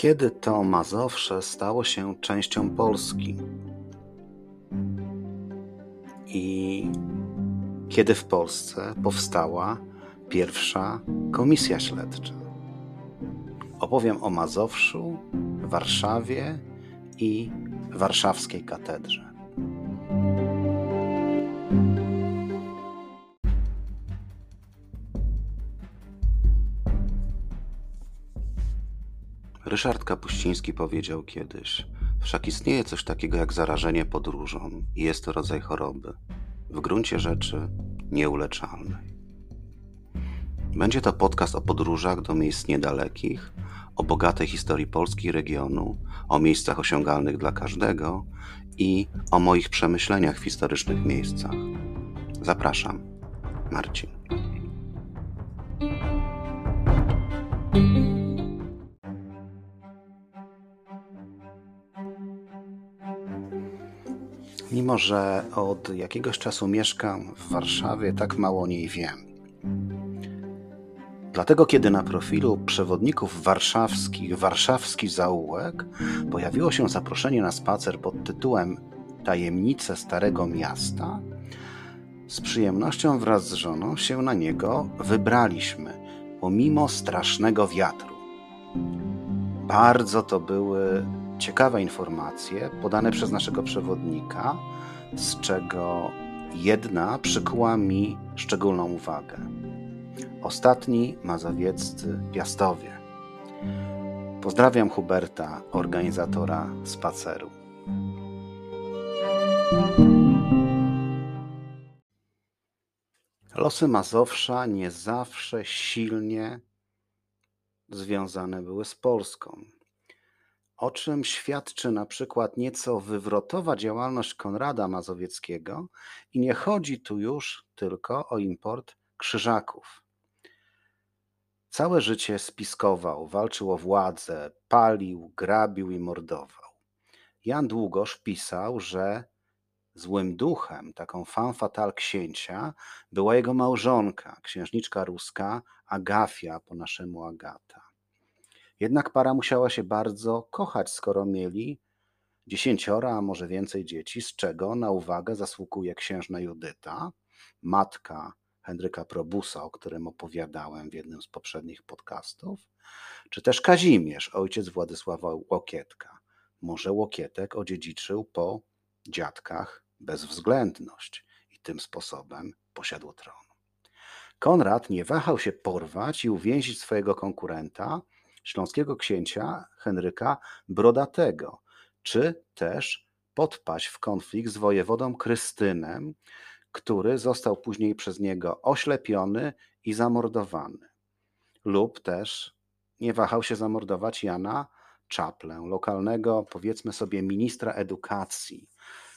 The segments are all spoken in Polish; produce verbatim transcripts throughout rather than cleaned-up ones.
Kiedy to Mazowsze stało się częścią Polski? I kiedy w Polsce powstała pierwsza komisja śledcza? Opowiem o Mazowszu, Warszawie i warszawskiej katedrze. Ryszard Kapuściński powiedział kiedyś: wszak istnieje coś takiego jak zarażenie podróżą i jest to rodzaj choroby, w gruncie rzeczy nieuleczalnej. Będzie to podcast o podróżach do miejsc niedalekich, o bogatej historii Polski i regionu, o miejscach osiągalnych dla każdego i o moich przemyśleniach w historycznych miejscach. Zapraszam, Marcin. Mimo że od jakiegoś czasu mieszkam w Warszawie, tak mało o niej wiem. Dlatego kiedy na profilu przewodników warszawskich Warszawski Zaułek pojawiło się zaproszenie na spacer pod tytułem Tajemnice Starego Miasta, z przyjemnością wraz z żoną się na niego wybraliśmy, pomimo strasznego wiatru. Bardzo to były ciekawe informacje podane przez naszego przewodnika, z czego jedna przykuła mi szczególną uwagę. Ostatni mazowieccy piastowie. Pozdrawiam Huberta, organizatora spaceru. Losy Mazowsza nie zawsze silnie związane były z Polską, o czym świadczy na przykład nieco wywrotowa działalność Konrada Mazowieckiego i nie chodzi tu już tylko o import krzyżaków. Całe życie spiskował, walczył o władzę, palił, grabił i mordował. Jan Długosz pisał, że złym duchem, taką femme fatale księcia, była jego małżonka, księżniczka ruska Agafia, po naszemu Agata. Jednak para musiała się bardzo kochać, skoro mieli dziesięcioro, a może więcej dzieci, z czego na uwagę zasługuje księżna Judyta, matka Henryka Probusa, o którym opowiadałem w jednym z poprzednich podcastów, czy też Kazimierz, ojciec Władysława Łokietka. Może Łokietek odziedziczył po dziadkach bezwzględność i tym sposobem posiadł tron. Konrad nie wahał się porwać i uwięzić swojego konkurenta, śląskiego księcia Henryka Brodatego, czy też podpaść w konflikt z wojewodą Krystynem, który został później przez niego oślepiony i zamordowany. Lub też nie wahał się zamordować Jana Czaplę, lokalnego, powiedzmy sobie, ministra edukacji,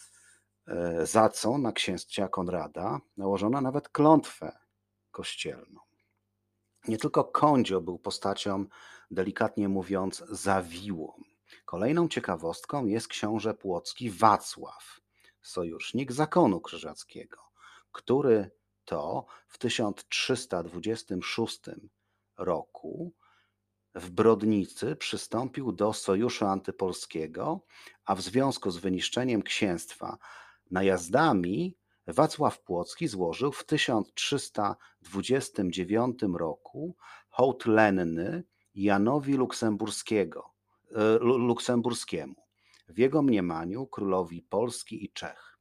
za co na księcia Konrada nałożono nawet klątwę kościelną. Nie tylko Kondzio był postacią, delikatnie mówiąc, zawiłą. Kolejną ciekawostką jest książę płocki Wacław, sojusznik zakonu krzyżackiego, który to w tysiąc trzysta dwudziestym szóstym roku w Brodnicy przystąpił do sojuszu antypolskiego, a w związku z wyniszczeniem księstwa najazdami Wacław Płocki złożył w tysiąc trzysta dwudziestym dziewiątym roku hołd lenny Janowi Luksemburskiego, Luksemburskiemu, w jego mniemaniu królowi Polski i Czech.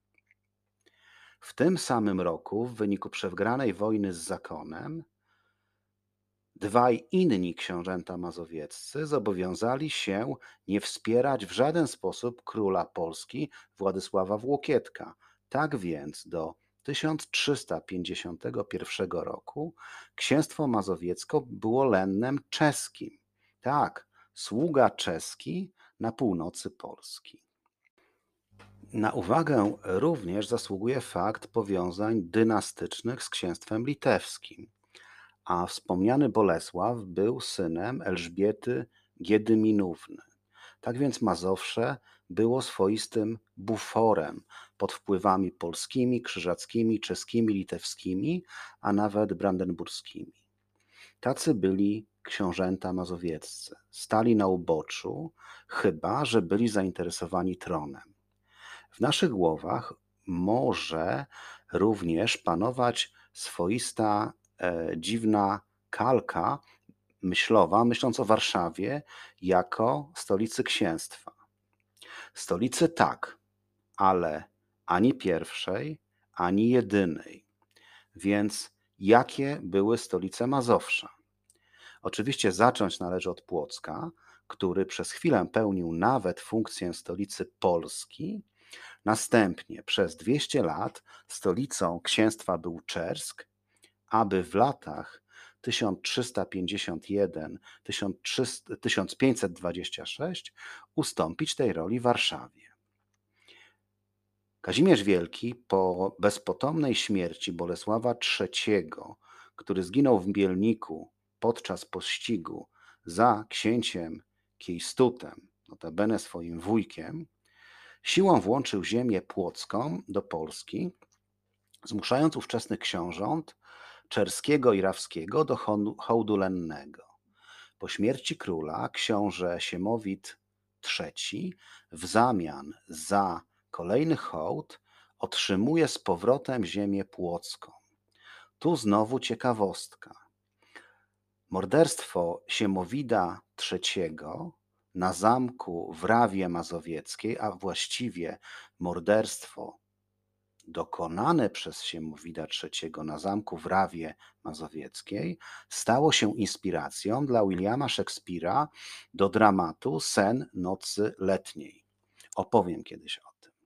W tym samym roku, w wyniku przegranej wojny z zakonem, dwaj inni książęta mazowieccy zobowiązali się nie wspierać w żaden sposób króla Polski Władysława Łokietka. Tak więc do tysiąc trzysta pięćdziesiątego pierwszego roku księstwo mazowiecko było lennem czeskim. Tak, sługa czeski na północy Polski. Na uwagę również zasługuje fakt powiązań dynastycznych z księstwem litewskim, a wspomniany Bolesław był synem Elżbiety Giedyminówny. Tak więc Mazowsze było swoistym buforem pod wpływami polskimi, krzyżackimi, czeskimi, litewskimi, a nawet brandenburskimi. Tacy byli książęta mazowieccy. Stali na uboczu, chyba że byli zainteresowani tronem. W naszych głowach może również panować swoista e, dziwna kalka myślowa, myśląc o Warszawie jako stolicy księstwa. Stolicy tak, ale ani pierwszej, ani jedynej. Więc jakie były stolice Mazowsza? Oczywiście zacząć należy od Płocka, który przez chwilę pełnił nawet funkcję stolicy Polski. Następnie przez dwieście lat stolicą księstwa był Czersk, aby w latach tysiąc trzysta pięćdziesiąt jeden do tysiąc pięćset dwadzieścia sześć ustąpić tej roli Warszawie. Kazimierz Wielki po bezpotomnej śmierci Bolesława trzeciego, który zginął w Mielniku podczas pościgu za księciem Kiejstutem, notabene swoim wujkiem, siłą włączył ziemię płocką do Polski, zmuszając ówczesnych książąt Czerskiego i Rawskiego do hołdu lennego. Po śmierci króla książę Siemowit trzeci w zamian za kolejny hołd otrzymuje z powrotem ziemię płocką. Tu znowu ciekawostka. Morderstwo Siemowida trzeciego na zamku w Rawie Mazowieckiej, a właściwie morderstwo dokonane przez Siemowida trzeciego na zamku w Rawie Mazowieckiej stało się inspiracją dla Williama Shakespeare'a do dramatu Sen nocy letniej. Opowiem kiedyś o tym.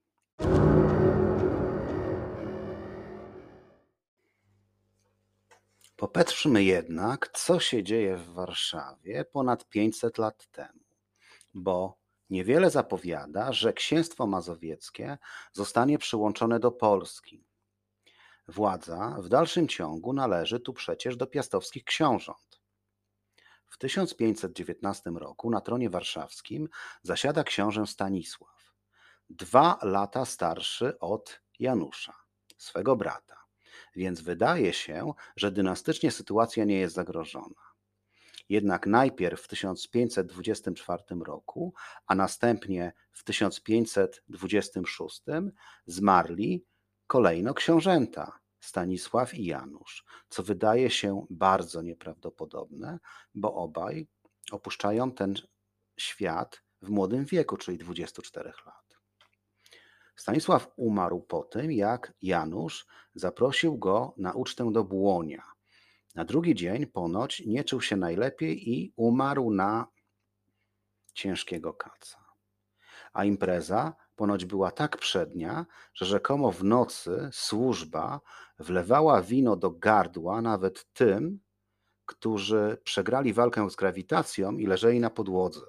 Popatrzmy jednak, co się dzieje w Warszawie ponad pięćset lat temu, bo niewiele zapowiada, że księstwo mazowieckie zostanie przyłączone do Polski. Władza w dalszym ciągu należy tu przecież do piastowskich książąt. W tysiąc pięćset dziewiętnastym roku na tronie warszawskim zasiada książę Stanisław, dwa lata starszy od Janusza, swego brata, więc wydaje się, że dynastycznie sytuacja nie jest zagrożona. Jednak najpierw w tysiąc pięćset dwudziestym czwartym roku, a następnie w tysiąc pięćset dwudziestym szóstym zmarli kolejno książęta, Stanisław i Janusz, co wydaje się bardzo nieprawdopodobne, bo obaj opuszczają ten świat w młodym wieku, czyli dwudziestu czterech lat. Stanisław umarł po tym, jak Janusz zaprosił go na ucztę do Błonia. Na drugi dzień ponoć nie czuł się najlepiej i umarł na ciężkiego kaca. A impreza ponoć była tak przednia, że rzekomo w nocy służba wlewała wino do gardła nawet tym, którzy przegrali walkę z grawitacją i leżeli na podłodze.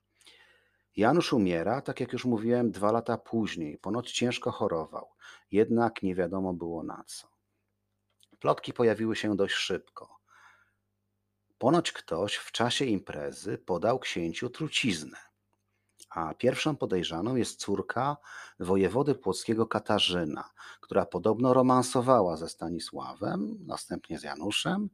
Janusz umiera, tak jak już mówiłem, dwa lata później. Ponoć ciężko chorował, jednak nie wiadomo było na co. Plotki pojawiły się dość szybko. Ponoć ktoś w czasie imprezy podał księciu truciznę, a pierwszą podejrzaną jest córka wojewody płockiego Katarzyna, która podobno romansowała ze Stanisławem, następnie z Januszem,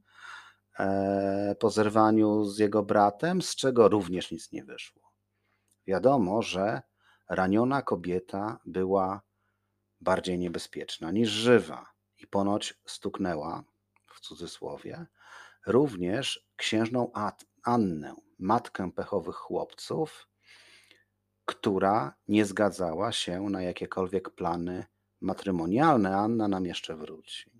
e, po zerwaniu z jego bratem, z czego również nic nie wyszło. Wiadomo, że raniona kobieta była bardziej niebezpieczna niż żywa i ponoć stuknęła, w cudzysłowie, również księżną Annę, matkę pechowych chłopców, która nie zgadzała się na jakiekolwiek plany matrymonialne. Anna nam jeszcze wróci.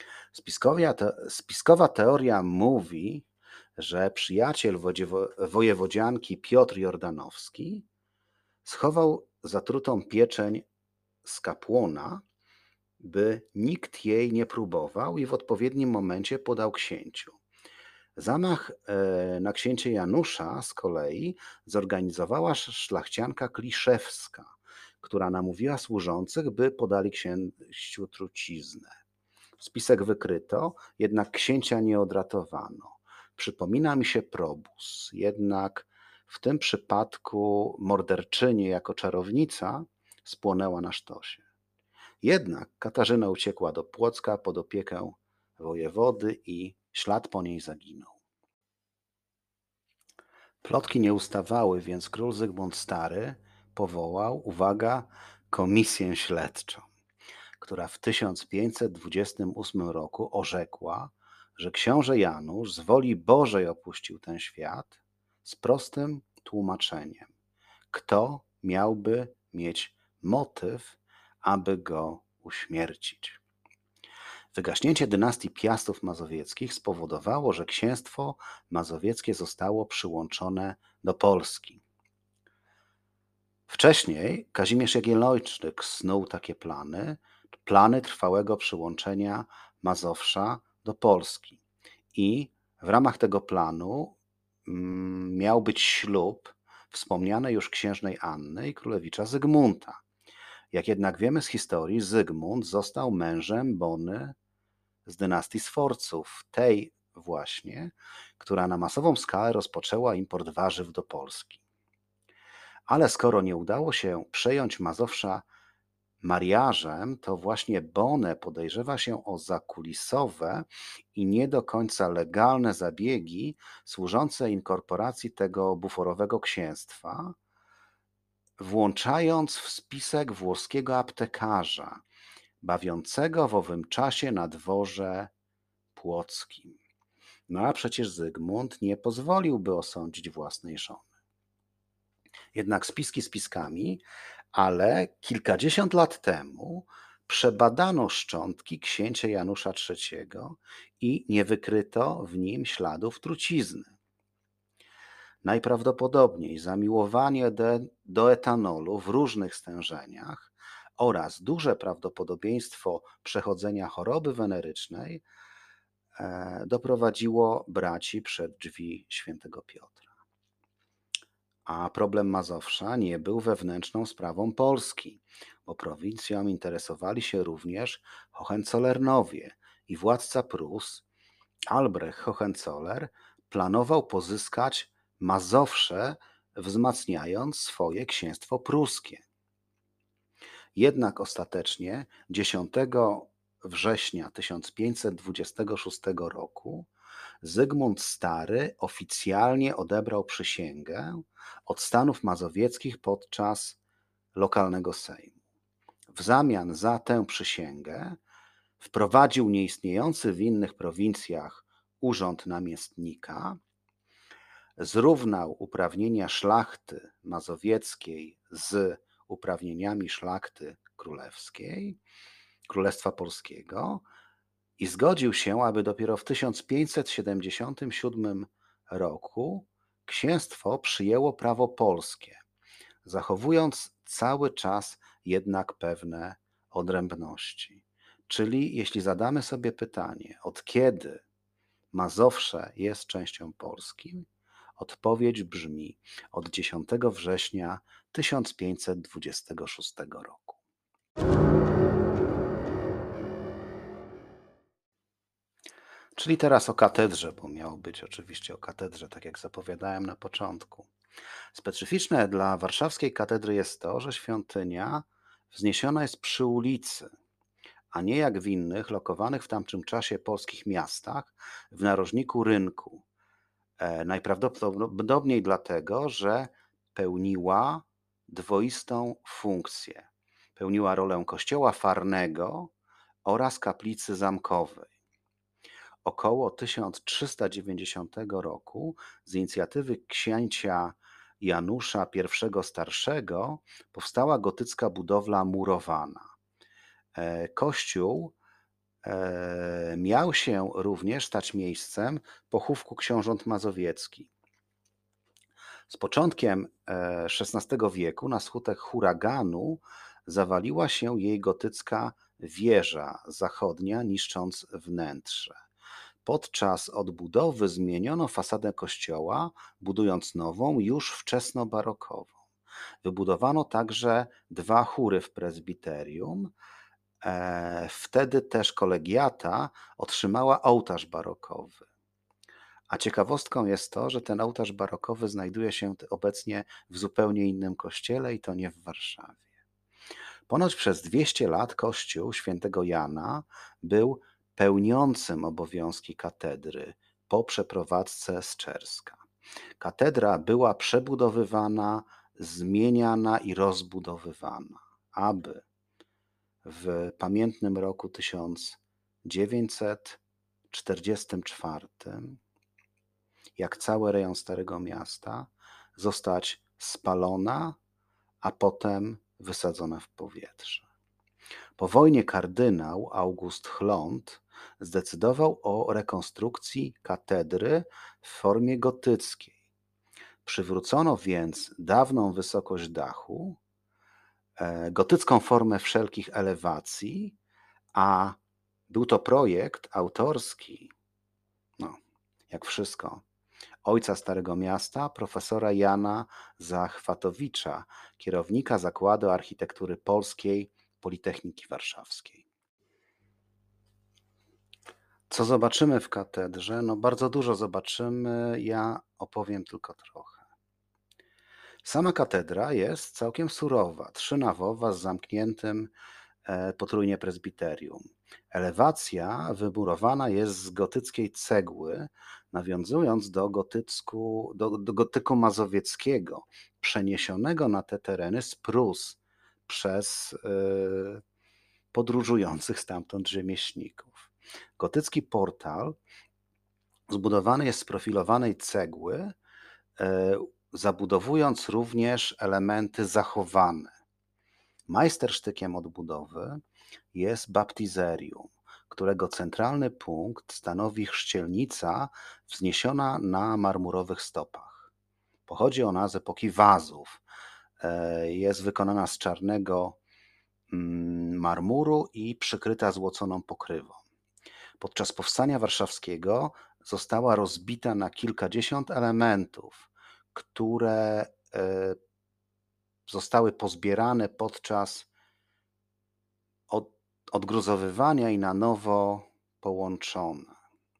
Spiskowa teoria mówi, że przyjaciel wojewodzianki Piotr Jordanowski schował zatrutą pieczeń z kapłona, by nikt jej nie próbował i w odpowiednim momencie podał księciu. Zamach na księcia Janusza z kolei zorganizowała szlachcianka Kliszewska, która namówiła służących, by podali księciu truciznę. Spisek wykryto, jednak księcia nie odratowano. Przypomina mi się Probus, jednak w tym przypadku morderczyni jako czarownica spłonęła na sztosie. Jednak Katarzyna uciekła do Płocka pod opiekę wojewody i ślad po niej zaginął. Plotki nie ustawały, więc król Zygmunt Stary powołał, uwaga, komisję śledczą, która w tysiąc pięćset dwudziestym ósmym roku orzekła, że książę Janusz z woli Bożej opuścił ten świat z prostym tłumaczeniem. Kto miałby mieć motyw, aby go uśmiercić? Wygaśnięcie dynastii Piastów Mazowieckich spowodowało, że księstwo mazowieckie zostało przyłączone do Polski. Wcześniej Kazimierz Jagiellończyk snuł takie plany, plany trwałego przyłączenia Mazowsza do Polski. I w ramach tego planu mm, miał być ślub wspomnianej już księżnej Anny i królewicza Zygmunta. Jak jednak wiemy z historii, Zygmunt został mężem Bony z dynastii Sforców, tej właśnie, która na masową skalę rozpoczęła import warzyw do Polski. Ale skoro nie udało się przejąć Mazowsza mariażem, to właśnie Bonę podejrzewa się o zakulisowe i nie do końca legalne zabiegi służące inkorporacji tego buforowego księstwa, włączając w spisek włoskiego aptekarza, bawiącego w owym czasie na dworze płockim. No a przecież Zygmunt nie pozwoliłby osądzić własnej żony. Jednak spiski spiskami, ale kilkadziesiąt lat temu przebadano szczątki księcia Janusza trzeciego i nie wykryto w nim śladów trucizny. Najprawdopodobniej zamiłowanie de, do etanolu w różnych stężeniach oraz duże prawdopodobieństwo przechodzenia choroby wenerycznej e, doprowadziło braci przed drzwi świętego Piotra. A problem Mazowsza nie był wewnętrzną sprawą Polski, bo prowincją interesowali się również Hohenzollernowie i władca Prus, Albrecht Hohenzoller, planował pozyskać Mazowsze, wzmacniając swoje księstwo pruskie. Jednak ostatecznie dziesiątego września tysiąc pięćset dwudziestego szóstego roku Zygmunt Stary oficjalnie odebrał przysięgę od Stanów Mazowieckich podczas lokalnego sejmu. W zamian za tę przysięgę wprowadził nieistniejący w innych prowincjach urząd namiestnika, zrównał uprawnienia szlachty mazowieckiej z uprawnieniami szlachty królewskiej, Królestwa Polskiego i zgodził się, aby dopiero w tysiąc pięćset siedemdziesiątym siódmym roku księstwo przyjęło prawo polskie, zachowując cały czas jednak pewne odrębności. Czyli jeśli zadamy sobie pytanie, od kiedy Mazowsze jest częścią Polski, odpowiedź brzmi od dziesiątego września tysiąc pięćset dwudziestego szóstego roku. Czyli teraz o katedrze, bo miało być oczywiście o katedrze, tak jak zapowiadałem na początku. Specyficzne dla warszawskiej katedry jest to, że świątynia wzniesiona jest przy ulicy, a nie jak w innych lokowanych w tamtym czasie polskich miastach w narożniku rynku. E, najprawdopodobniej dlatego, że pełniła dwoistą funkcję. Pełniła rolę kościoła farnego oraz kaplicy zamkowej. Około tysiąc trzysta dziewięćdziesiątego roku z inicjatywy księcia Janusza I Starszego powstała gotycka budowla murowana. Kościół miał się również stać miejscem pochówku książąt mazowieckich. Z początkiem szesnastego wieku na skutek huraganu zawaliła się jej gotycka wieża zachodnia, niszcząc wnętrze. Podczas odbudowy zmieniono fasadę kościoła, budując nową, już wczesnobarokową. Wybudowano także dwa chóry w prezbiterium. Wtedy też kolegiata otrzymała ołtarz barokowy. A ciekawostką jest to, że ten ołtarz barokowy znajduje się obecnie w zupełnie innym kościele i to nie w Warszawie. Ponoć przez dwieście lat kościół świętego Jana był pełniącym obowiązki katedry po przeprowadzce z Czerska. Katedra była przebudowywana, zmieniana i rozbudowywana, aby w pamiętnym roku tysiąc dziewięćset czterdziestym czwartym, jak cały rejon Starego Miasta, zostać spalona, a potem wysadzona w powietrze. Po wojnie kardynał August Chlont zdecydował o rekonstrukcji katedry w formie gotyckiej. Przywrócono więc dawną wysokość dachu, gotycką formę wszelkich elewacji, a był to projekt autorski, no, jak wszystko, ojca Starego Miasta, profesora Jana Zachwatowicza, kierownika Zakładu Architektury Polskiej Politechniki Warszawskiej. Co zobaczymy w katedrze? No bardzo dużo zobaczymy, ja opowiem tylko trochę. Sama katedra jest całkiem surowa, trzynawowa z zamkniętym potrójnie prezbiterium. Elewacja wymurowana jest z gotyckiej cegły, nawiązując do, gotycku, do, do gotyku mazowieckiego, przeniesionego na te tereny z Prus przez yy, podróżujących stamtąd rzemieślników. Gotycki portal zbudowany jest z profilowanej cegły, yy, zabudowując również elementy zachowane. Majstersztykiem odbudowy jest baptizerium, którego centralny punkt stanowi chrzcielnica wzniesiona na marmurowych stopach. Pochodzi ona z epoki wazów. Jest wykonana z czarnego marmuru i przykryta złoconą pokrywą. Podczas powstania warszawskiego została rozbita na kilkadziesiąt elementów, które zostały pozbierane podczas od, odgruzowywania i na nowo połączone.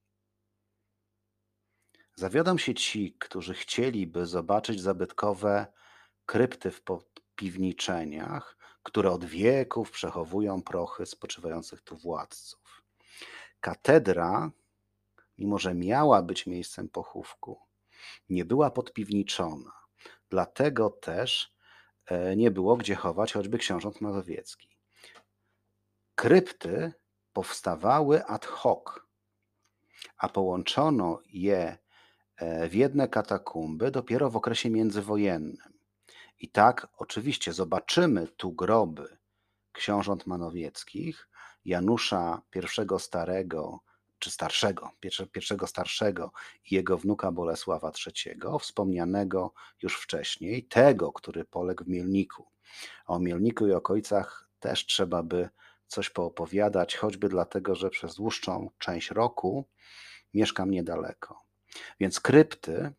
Zawiodą się ci, którzy chcieliby zobaczyć zabytkowe krypty w podpiwniczeniach, które od wieków przechowują prochy spoczywających tu władców. Katedra, mimo że miała być miejscem pochówku, nie była podpiwniczona. Dlatego też nie było gdzie chować choćby książąt mazowieckich. Krypty powstawały ad hoc, a połączono je w jedne katakumby dopiero w okresie międzywojennym. I tak oczywiście zobaczymy tu groby książąt manowieckich, Janusza pierwszego Starego, czy Starszego, pierwszego Starszego i jego wnuka Bolesława trzeciego, wspomnianego już wcześniej, tego, który poległ w Mielniku. O Mielniku i okolicach też trzeba by coś poopowiadać, choćby dlatego, że przez dłuższą część roku mieszkam niedaleko. Więc krypty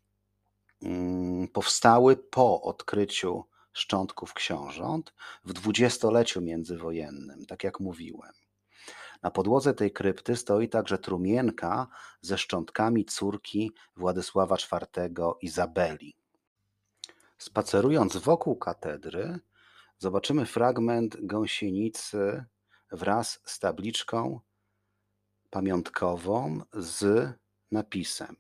powstały po odkryciu szczątków książąt w dwudziestoleciu międzywojennym, tak jak mówiłem. Na podłodze tej krypty stoi także trumienka ze szczątkami córki Władysława czwartego Izabeli. Spacerując wokół katedry, zobaczymy fragment gąsienicy wraz z tabliczką pamiątkową z napisem: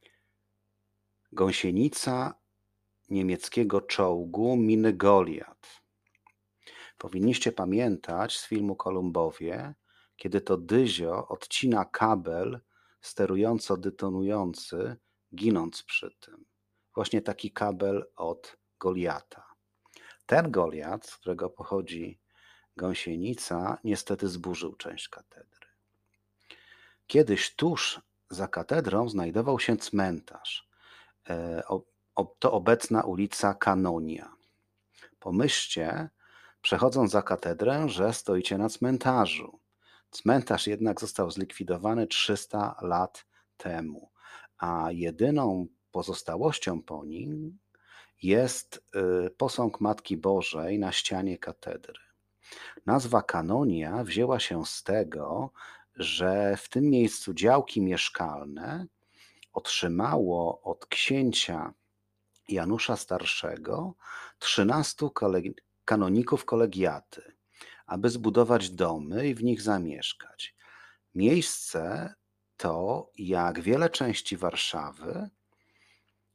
Gąsienica niemieckiego czołgu Miny Goliat. Powinniście pamiętać z filmu Kolumbowie, kiedy to Dyzio odcina kabel sterująco-detonujący, ginąc przy tym. Właśnie taki kabel od Goliata. Ten Goliat, z którego pochodzi gąsienica, niestety zburzył część katedry. Kiedyś tuż za katedrą znajdował się cmentarz. To obecna ulica Kanonia. Pomyślcie, przechodząc za katedrę, że stoicie na cmentarzu. Cmentarz jednak został zlikwidowany trzysta lat temu, a jedyną pozostałością po nim jest posąg Matki Bożej na ścianie katedry. Nazwa Kanonia wzięła się z tego, że w tym miejscu działki mieszkalne otrzymało od księcia Janusza Starszego trzynastu kanoników kolegiaty, aby zbudować domy i w nich zamieszkać. Miejsce to, jak wiele części Warszawy,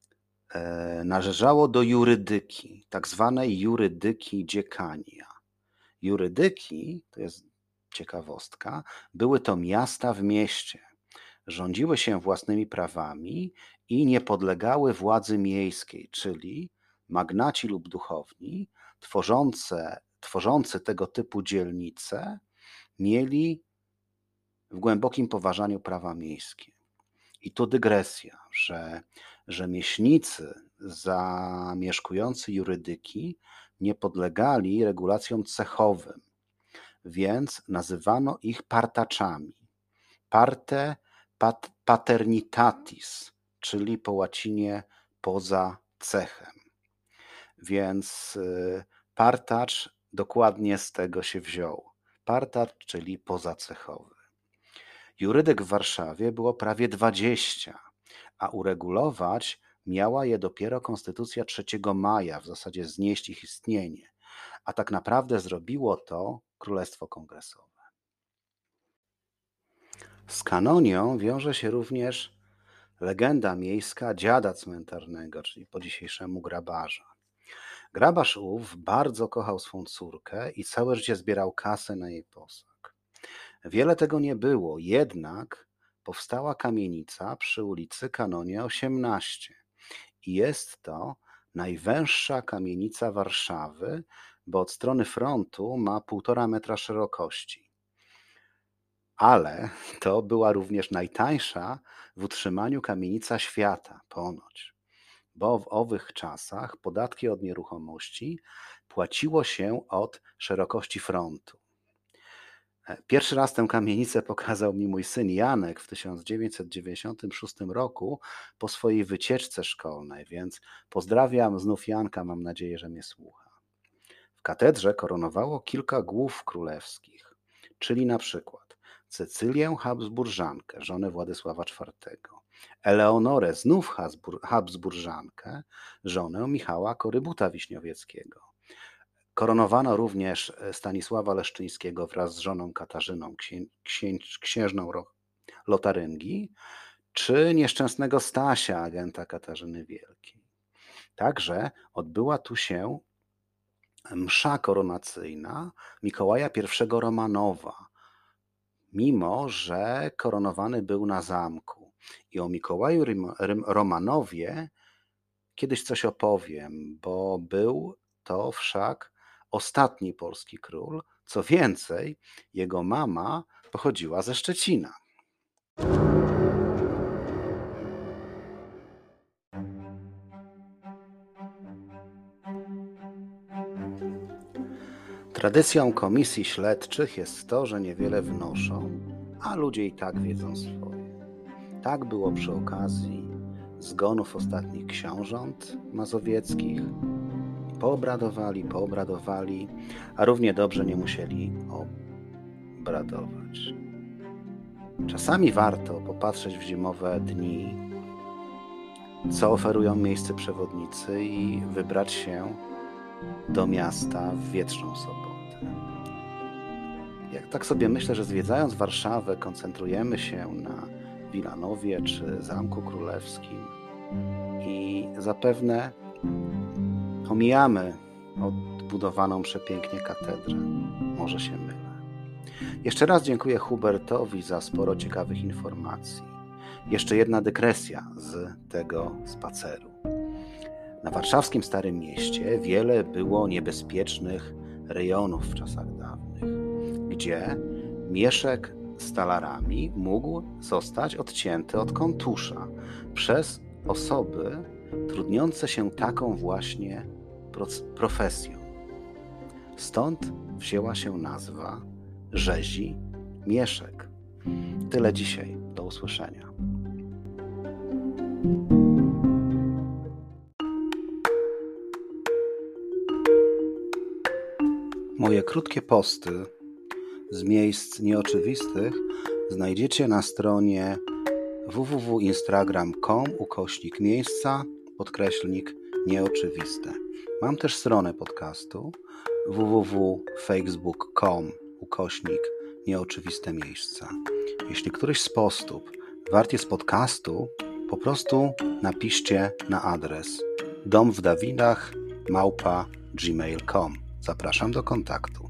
należało do jurydyki, tak zwanej jurydyki dziekania. Jurydyki, to jest ciekawostka, były to miasta w mieście. Rządziły się własnymi prawami i nie podlegały władzy miejskiej, czyli magnaci lub duchowni tworzące, tworzący tego typu dzielnice mieli w głębokim poważaniu prawa miejskie. I tu dygresja, że rzemieślnicy zamieszkujący jurydyki nie podlegali regulacjom cechowym, więc nazywano ich partaczami. Parte pat, paternitatis, czyli po łacinie poza cechem. Więc y, partacz dokładnie z tego się wziął. Partacz, czyli pozacechowy. Jurydyk w Warszawie było prawie dwadzieścia, a uregulować miała je dopiero Konstytucja trzeciego maja, w zasadzie znieść ich istnienie, a tak naprawdę zrobiło to Królestwo Kongresowe. Z kanonią wiąże się również legenda miejska dziada cmentarnego, czyli po dzisiejszemu grabarza. Grabarz ów bardzo kochał swą córkę i całe życie zbierał kasę na jej posag. Wiele tego nie było, jednak powstała kamienica przy ulicy Kanonie osiemnaście i jest to najwęższa kamienica Warszawy, bo od strony frontu ma półtora metra szerokości. Ale to była również najtańsza w utrzymaniu kamienica świata, ponoć, bo w owych czasach podatki od nieruchomości płaciło się od szerokości frontu. Pierwszy raz tę kamienicę pokazał mi mój syn Janek w tysiąc dziewięćset dziewięćdziesiątym szóstym roku po swojej wycieczce szkolnej, więc pozdrawiam znów Janka, mam nadzieję, że mnie słucha. W katedrze koronowało kilka głów królewskich, czyli na przykład Cecylię Habsburżankę, żonę Władysława czwartego, Eleonorę znów Habsbur- Habsburżankę, żonę Michała Korybuta Wiśniowieckiego. Koronowano również Stanisława Leszczyńskiego wraz z żoną Katarzyną, księ- księ- księżną Ro- Lotaryngii, czy nieszczęsnego Stasia, agenta Katarzyny Wielkiej. Także odbyła tu się msza koronacyjna Mikołaja pierwszego Romanowa, mimo że koronowany był na zamku. I o Mikołaju Rym- Rym- Romanowie kiedyś coś opowiem, bo był to wszak ostatni polski król. Co więcej, jego mama pochodziła ze Szczecina. Tradycją komisji śledczych jest to, że niewiele wnoszą, a ludzie i tak wiedzą swoje. Tak było przy okazji zgonów ostatnich książąt mazowieckich. Poobradowali, poobradowali, a równie dobrze nie musieli obradować. Czasami warto popatrzeć w zimowe dni, co oferują miejscy przewodnicy i wybrać się do miasta w wietrzną sobotę. Jak tak sobie myślę, że zwiedzając Warszawę koncentrujemy się na Wilanowie czy Zamku Królewskim i zapewne omijamy odbudowaną przepięknie katedrę. Może się mylę. Jeszcze raz dziękuję Hubertowi za sporo ciekawych informacji. Jeszcze jedna dygresja z tego spaceru. Na warszawskim Starym Mieście wiele było niebezpiecznych rejonów w czasach dawnych, gdzie mieszek z talarami mógł zostać odcięty od kontusza przez osoby trudniące się taką właśnie profesją. Stąd wzięła się nazwa rzezi mieszek. Tyle dzisiaj. Do usłyszenia. Moje krótkie posty z miejsc nieoczywistych znajdziecie na stronie w w w kropka instagram kropka com ukośnik miejsca podkreślnik nieoczywiste. Mam też stronę podcastu w w w kropka facebook kropka com ukośnik nieoczywiste miejsca. Jeśli któryś z postów wart jest podcastu, po prostu napiszcie na adres dom w Dawidach małpa gmail kropka com. Zapraszam do kontaktu.